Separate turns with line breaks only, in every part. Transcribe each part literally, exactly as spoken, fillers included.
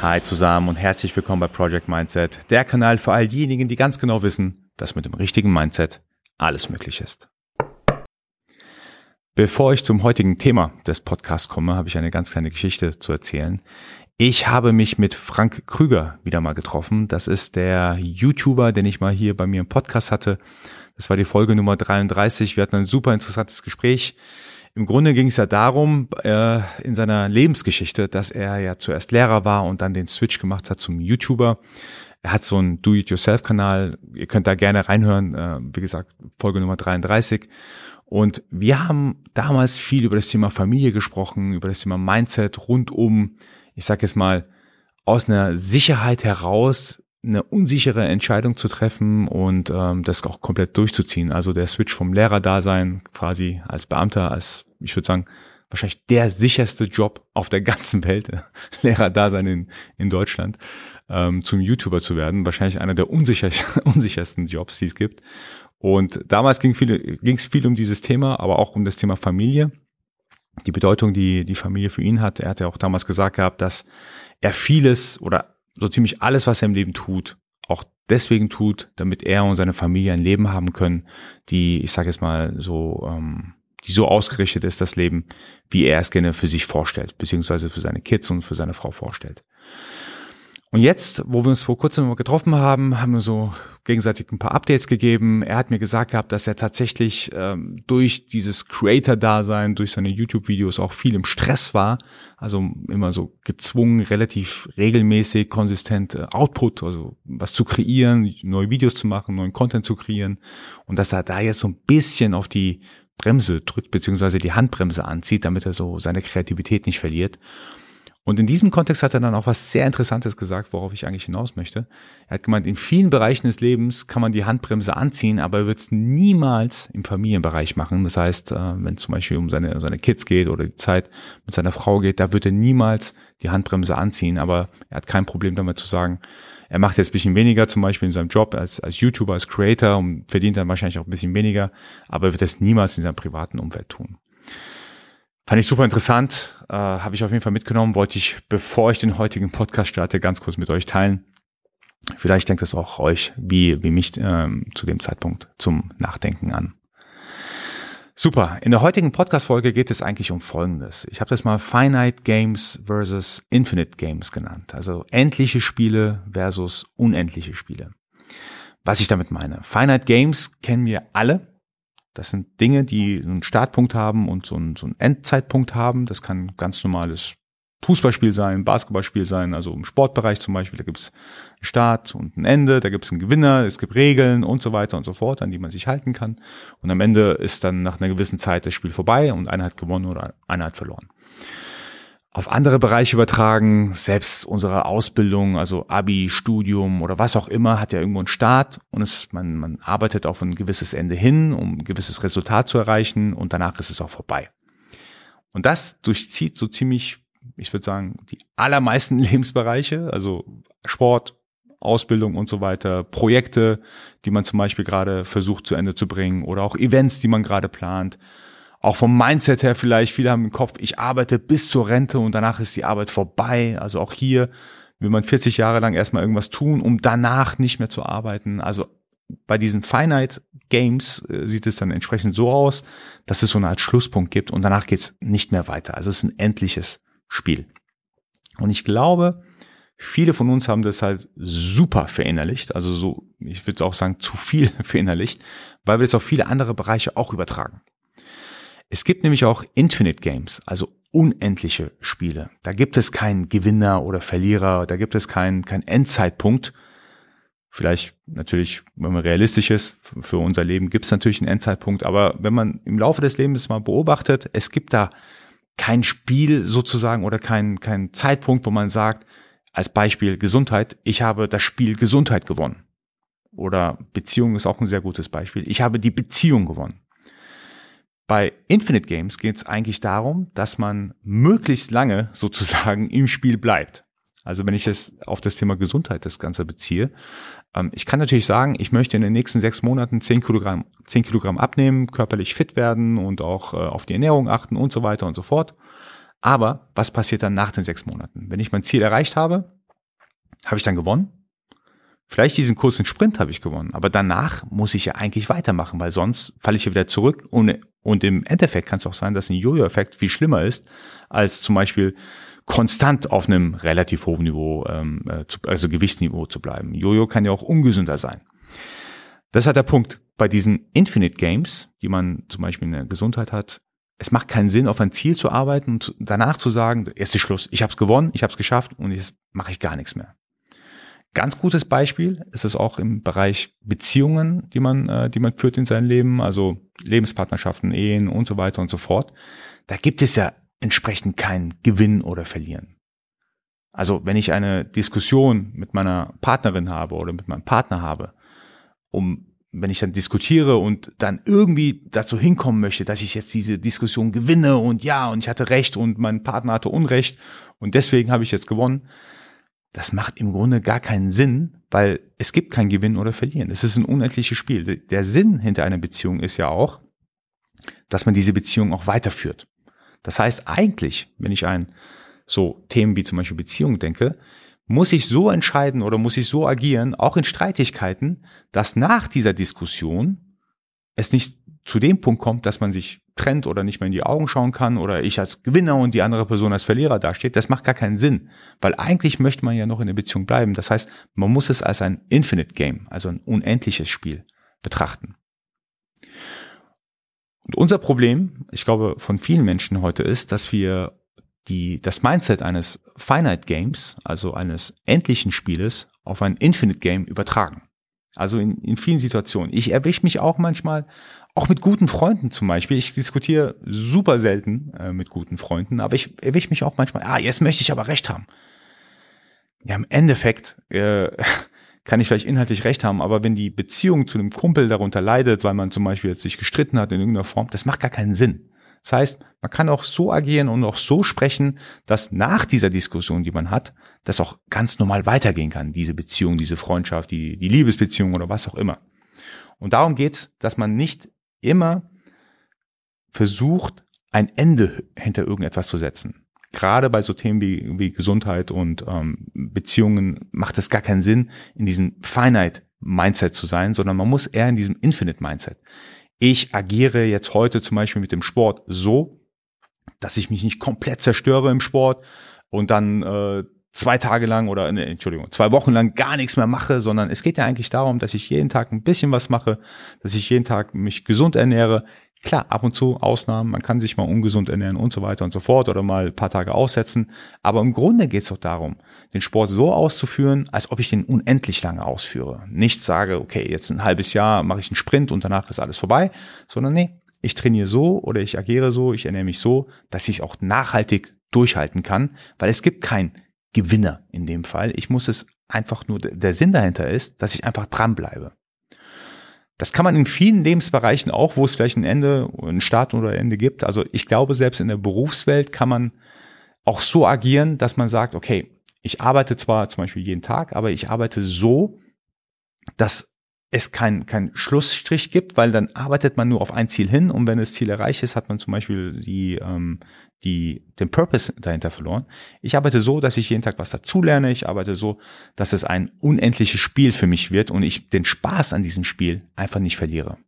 Hi zusammen und herzlich willkommen bei Project Mindset, der Kanal für all diejenigen, die ganz genau wissen, dass mit dem richtigen Mindset alles möglich ist. Bevor ich zum heutigen Thema des Podcasts komme, habe ich eine ganz kleine Geschichte zu erzählen. Ich habe mich mit Frank Krüger wieder mal getroffen. Das ist der YouTuber, den ich mal hier bei mir im Podcast hatte. Das war die Folge Nummer dreiunddreißig. Wir hatten ein super interessantes Gespräch. Im Grunde ging es ja darum, äh, in seiner Lebensgeschichte, dass er ja zuerst Lehrer war und dann den Switch gemacht hat zum YouTuber. Er hat so einen Do-it-yourself-Kanal. Ihr könnt da gerne reinhören. Äh, wie gesagt, Folge Nummer dreiunddreißig. Und wir haben damals viel über das Thema Familie gesprochen, über das Thema Mindset rund um, ich sage jetzt mal, aus einer Sicherheit heraus eine unsichere Entscheidung zu treffen und ähm, das auch komplett durchzuziehen. Also der Switch vom Lehrerdasein quasi als Beamter, als, ich würde sagen, wahrscheinlich der sicherste Job auf der ganzen Welt, Lehrerdasein in, in Deutschland, ähm, zum YouTuber zu werden. Wahrscheinlich einer der unsicher, unsichersten Jobs, die es gibt. Und damals ging viel, ging es viel um dieses Thema, aber auch um das Thema Familie. Die Bedeutung, die die Familie für ihn hat. Er hat ja auch damals gesagt gehabt, dass er vieles oder so ziemlich alles, was er im Leben tut, auch deswegen tut, damit er und seine Familie ein Leben haben können, die, ich sage jetzt mal so, ähm, die so ausgerichtet ist, das Leben, wie er es gerne für sich vorstellt, beziehungsweise für seine Kids und für seine Frau vorstellt. Und jetzt, wo wir uns vor kurzem mal getroffen haben, haben wir so gegenseitig ein paar Updates gegeben. Er hat mir gesagt gehabt, dass er tatsächlich ähm, durch dieses Creator-Dasein, durch seine YouTube-Videos auch viel im Stress war. Also immer so gezwungen, relativ regelmäßig, konsistent äh, Output, also was zu kreieren, neue Videos zu machen, neuen Content zu kreieren. Und dass er da jetzt so ein bisschen auf die Bremse drückt, beziehungsweise die Handbremse anzieht, damit er so seine Kreativität nicht verliert. Und in diesem Kontext hat er dann auch was sehr Interessantes gesagt, worauf ich eigentlich hinaus möchte. Er hat gemeint, in vielen Bereichen des Lebens kann man die Handbremse anziehen, aber er wird es niemals im Familienbereich machen. Das heißt, wenn es zum Beispiel um seine, seine Kids geht oder die Zeit mit seiner Frau geht, da wird er niemals die Handbremse anziehen. Aber er hat kein Problem damit zu sagen, er macht jetzt ein bisschen weniger, zum Beispiel in seinem Job als, als YouTuber, als Creator und verdient dann wahrscheinlich auch ein bisschen weniger, aber er wird das niemals in seinem privaten Umfeld tun. Fand ich super interessant, äh, habe ich auf jeden Fall mitgenommen, wollte ich, bevor ich den heutigen Podcast starte, ganz kurz mit euch teilen. Vielleicht denkt es auch euch, wie, wie mich ähm, zu dem Zeitpunkt zum Nachdenken an. Super, in der heutigen Podcast-Folge geht es eigentlich um Folgendes. Ich habe das mal Finite Games versus Infinite Games genannt, also endliche Spiele versus unendliche Spiele. Was ich damit meine, Finite Games kennen wir alle. Das sind Dinge, die einen Startpunkt haben und so einen, so einen Endzeitpunkt haben. Das kann ein ganz normales Fußballspiel sein, Basketballspiel sein, also im Sportbereich zum Beispiel. Da gibt es einen Start und ein Ende, da gibt es einen Gewinner, es gibt Regeln und so weiter und so fort, an die man sich halten kann. Und am Ende ist dann nach einer gewissen Zeit das Spiel vorbei und einer hat gewonnen oder einer hat verloren. Auf andere Bereiche übertragen, selbst unsere Ausbildung, also Abi, Studium oder was auch immer, hat ja irgendwo einen Start und es, man, man arbeitet auf ein gewisses Ende hin, um ein gewisses Resultat zu erreichen und danach ist es auch vorbei. Und das durchzieht so ziemlich, ich würde sagen, die allermeisten Lebensbereiche, also Sport, Ausbildung und so weiter, Projekte, die man zum Beispiel gerade versucht zu Ende zu bringen oder auch Events, die man gerade plant. Auch vom Mindset her vielleicht, viele haben im Kopf, ich arbeite bis zur Rente und danach ist die Arbeit vorbei. Also auch hier will man vierzig Jahre lang erstmal irgendwas tun, um danach nicht mehr zu arbeiten. Also bei diesen Finite Games äh, sieht es dann entsprechend so aus, dass es so eine Art Schlusspunkt gibt und danach geht's nicht mehr weiter. Also es ist ein endliches Spiel. Und ich glaube, viele von uns haben das halt super verinnerlicht, also so, ich würde auch sagen, zu viel verinnerlicht, weil wir es auf viele andere Bereiche auch übertragen. Es gibt nämlich auch Infinite Games, also unendliche Spiele. Da gibt es keinen Gewinner oder Verlierer, da gibt es keinen keinen Endzeitpunkt. Vielleicht natürlich, wenn man realistisch ist, für unser Leben gibt es natürlich einen Endzeitpunkt, aber wenn man im Laufe des Lebens mal beobachtet, es gibt da kein Spiel sozusagen oder kein kein Zeitpunkt, wo man sagt, als Beispiel Gesundheit, ich habe das Spiel Gesundheit gewonnen. Oder Beziehung ist auch ein sehr gutes Beispiel. Ich habe die Beziehung gewonnen. Bei Infinite Games geht es eigentlich darum, dass man möglichst lange sozusagen im Spiel bleibt. Also wenn ich es auf das Thema Gesundheit das Ganze beziehe, ähm, ich kann natürlich sagen, ich möchte in den nächsten sechs Monaten zehn Kilogramm, zehn Kilogramm abnehmen, körperlich fit werden und auch äh, auf die Ernährung achten und so weiter und so fort. Aber was passiert dann nach den sechs Monaten? Wenn ich mein Ziel erreicht habe, Habe ich dann gewonnen? Vielleicht diesen kurzen Sprint habe ich gewonnen, aber danach muss ich ja eigentlich weitermachen, weil sonst falle ich ja wieder zurück und, und im Endeffekt kann es auch sein, dass ein Jojo-Effekt viel schlimmer ist, als zum Beispiel konstant auf einem relativ hohen Niveau, ähm, also Gewichtsniveau zu bleiben. Jojo kann ja auch ungesünder sein. Das hat der Punkt bei diesen Infinite Games, die man zum Beispiel in der Gesundheit hat. Es macht keinen Sinn, auf ein Ziel zu arbeiten und danach zu sagen, jetzt ist Schluss, ich habe es gewonnen, ich habe es geschafft und jetzt mache ich gar nichts mehr. Ganz gutes Beispiel ist es auch im Bereich Beziehungen, die man, äh, die man führt in seinem Leben, also Lebenspartnerschaften, Ehen und so weiter und so fort. Da gibt es ja entsprechend kein Gewinnen oder Verlieren. Also wenn ich eine Diskussion mit meiner Partnerin habe oder mit meinem Partner habe, um wenn ich dann diskutiere und dann irgendwie dazu hinkommen möchte, dass ich jetzt diese Diskussion gewinne und ja, und ich hatte Recht und mein Partner hatte Unrecht und deswegen habe ich jetzt gewonnen, das macht im Grunde gar keinen Sinn, weil es gibt kein Gewinnen oder Verlieren. Es ist ein unendliches Spiel. Der Sinn hinter einer Beziehung ist ja auch, dass man diese Beziehung auch weiterführt. Das heißt eigentlich, wenn ich an so Themen wie zum Beispiel Beziehung denke, muss ich so entscheiden oder muss ich so agieren, auch in Streitigkeiten, dass nach dieser Diskussion es nicht zu dem Punkt kommt, dass man sich trennt oder nicht mehr in die Augen schauen kann oder ich als Gewinner und die andere Person als Verlierer dasteht. Das macht gar keinen Sinn, weil eigentlich möchte man ja noch in der Beziehung bleiben. Das heißt, man muss es als ein Infinite Game, also ein unendliches Spiel betrachten. Und unser Problem, ich glaube, von vielen Menschen heute ist, dass wir die, das Mindset eines Finite Games, also eines endlichen Spieles, auf ein Infinite Game übertragen. Also in, in vielen Situationen. Ich erwische mich auch manchmal, auch mit guten Freunden zum Beispiel. Ich diskutiere super selten äh, mit guten Freunden, aber ich erwische mich auch manchmal, ah, jetzt möchte ich aber Recht haben. Ja, im Endeffekt äh, kann ich vielleicht inhaltlich Recht haben, aber wenn die Beziehung zu einem Kumpel darunter leidet, weil man zum Beispiel jetzt sich gestritten hat in irgendeiner Form, das macht gar keinen Sinn. Das heißt, man kann auch so agieren und auch so sprechen, dass nach dieser Diskussion, die man hat, das auch ganz normal weitergehen kann, diese Beziehung, diese Freundschaft, die, die Liebesbeziehung oder was auch immer. Und darum geht's, dass man nicht immer versucht, ein Ende hinter irgendetwas zu setzen. Gerade bei so Themen wie, wie Gesundheit und ähm, Beziehungen macht es gar keinen Sinn, in diesem Finite Mindset zu sein, sondern man muss eher in diesem Infinite Mindset. Ich agiere jetzt heute zum Beispiel mit dem Sport so, dass ich mich nicht komplett zerstöre im Sport und dann äh, zwei Tage lang oder, ne, Entschuldigung, zwei Wochen lang gar nichts mehr mache, sondern es geht ja eigentlich darum, dass ich jeden Tag ein bisschen was mache, dass ich jeden Tag mich gesund ernähre. Klar, ab und zu Ausnahmen, man kann sich mal ungesund ernähren und so weiter und so fort oder mal ein paar Tage aussetzen. Aber im Grunde geht es doch darum, den Sport so auszuführen, als ob ich den unendlich lange ausführe. Nicht sage, okay, jetzt ein halbes Jahr mache ich einen Sprint und danach ist alles vorbei, sondern nee, ich trainiere so oder ich agiere so, ich ernähre mich so, dass ich es auch nachhaltig durchhalten kann, weil es gibt keinen Gewinner in dem Fall. Ich muss es einfach nur, der Sinn dahinter ist, dass ich einfach dranbleibe. Das kann man in vielen Lebensbereichen auch, wo es vielleicht ein Ende, ein Start oder ein Ende gibt. Also ich glaube, selbst in der Berufswelt kann man auch so agieren, dass man sagt, okay, ich arbeite zwar zum Beispiel jeden Tag, aber ich arbeite so, dass es keinen kein Schlussstrich gibt, weil dann arbeitet man nur auf ein Ziel hin und wenn das Ziel erreicht ist, hat man zum Beispiel die, ähm, die, den Purpose dahinter verloren. Ich arbeite so, dass ich jeden Tag was dazulerne. Ich arbeite so, dass es ein unendliches Spiel für mich wird und ich den Spaß an diesem Spiel einfach nicht verliere.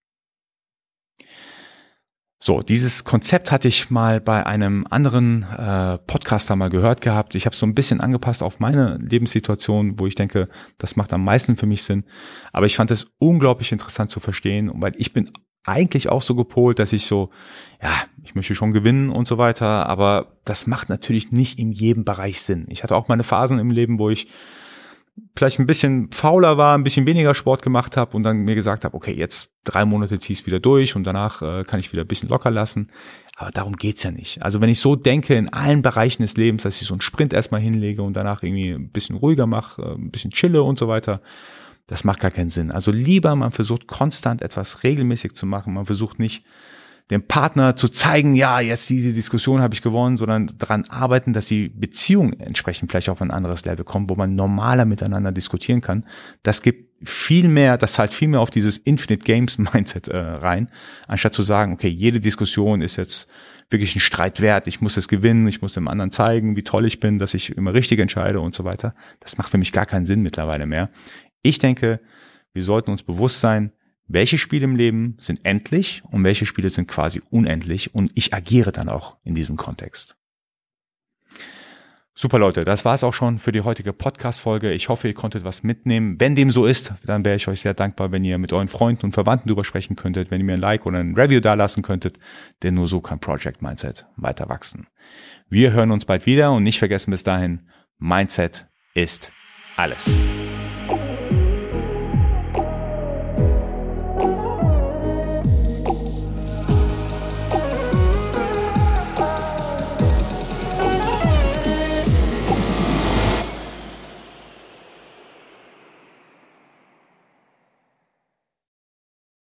So, dieses Konzept hatte ich mal bei einem anderen äh, Podcaster mal gehört gehabt. Ich habe es so ein bisschen angepasst auf meine Lebenssituation, wo ich denke, das macht am meisten für mich Sinn. Aber ich fand es unglaublich interessant zu verstehen, weil ich bin eigentlich auch so gepolt, dass ich so, ja, ich möchte schon gewinnen und so weiter, aber das macht natürlich nicht in jedem Bereich Sinn. Ich hatte auch meine Phasen im Leben, wo ich vielleicht ein bisschen fauler war, ein bisschen weniger Sport gemacht habe und dann mir gesagt habe, okay, jetzt drei Monate zieh ich wieder durch und danach äh, kann ich wieder ein bisschen locker lassen. Aber darum geht's ja nicht. Also wenn ich so denke in allen Bereichen des Lebens, dass ich so einen Sprint erstmal hinlege und danach irgendwie ein bisschen ruhiger mache, äh, ein bisschen chille und so weiter, das macht gar keinen Sinn. Also lieber man versucht konstant etwas regelmäßig zu machen. Man versucht nicht dem Partner zu zeigen, ja, jetzt diese Diskussion habe ich gewonnen, sondern daran arbeiten, dass die Beziehung entsprechend vielleicht auf ein anderes Level kommt, wo man normaler miteinander diskutieren kann. Das gibt viel mehr, das zahlt viel mehr auf dieses Infinite Games Mindset äh, rein, anstatt zu sagen, okay, jede Diskussion ist jetzt wirklich ein Streit wert, ich muss es gewinnen, ich muss dem anderen zeigen, wie toll ich bin, dass ich immer richtig entscheide und so weiter. Das macht für mich gar keinen Sinn mittlerweile mehr. Ich denke, wir sollten uns bewusst sein, welche Spiele im Leben sind endlich und welche Spiele sind quasi unendlich, und ich agiere dann auch in diesem Kontext. Super Leute, das war es auch schon für die heutige Podcast-Folge. Ich hoffe, ihr konntet was mitnehmen. Wenn dem so ist, dann wäre ich euch sehr dankbar, wenn ihr mit euren Freunden und Verwandten drüber sprechen könntet, wenn ihr mir ein Like oder ein Review dalassen könntet, denn nur so kann Project Mindset weiter wachsen. Wir hören uns bald wieder und nicht vergessen bis dahin, Mindset ist alles.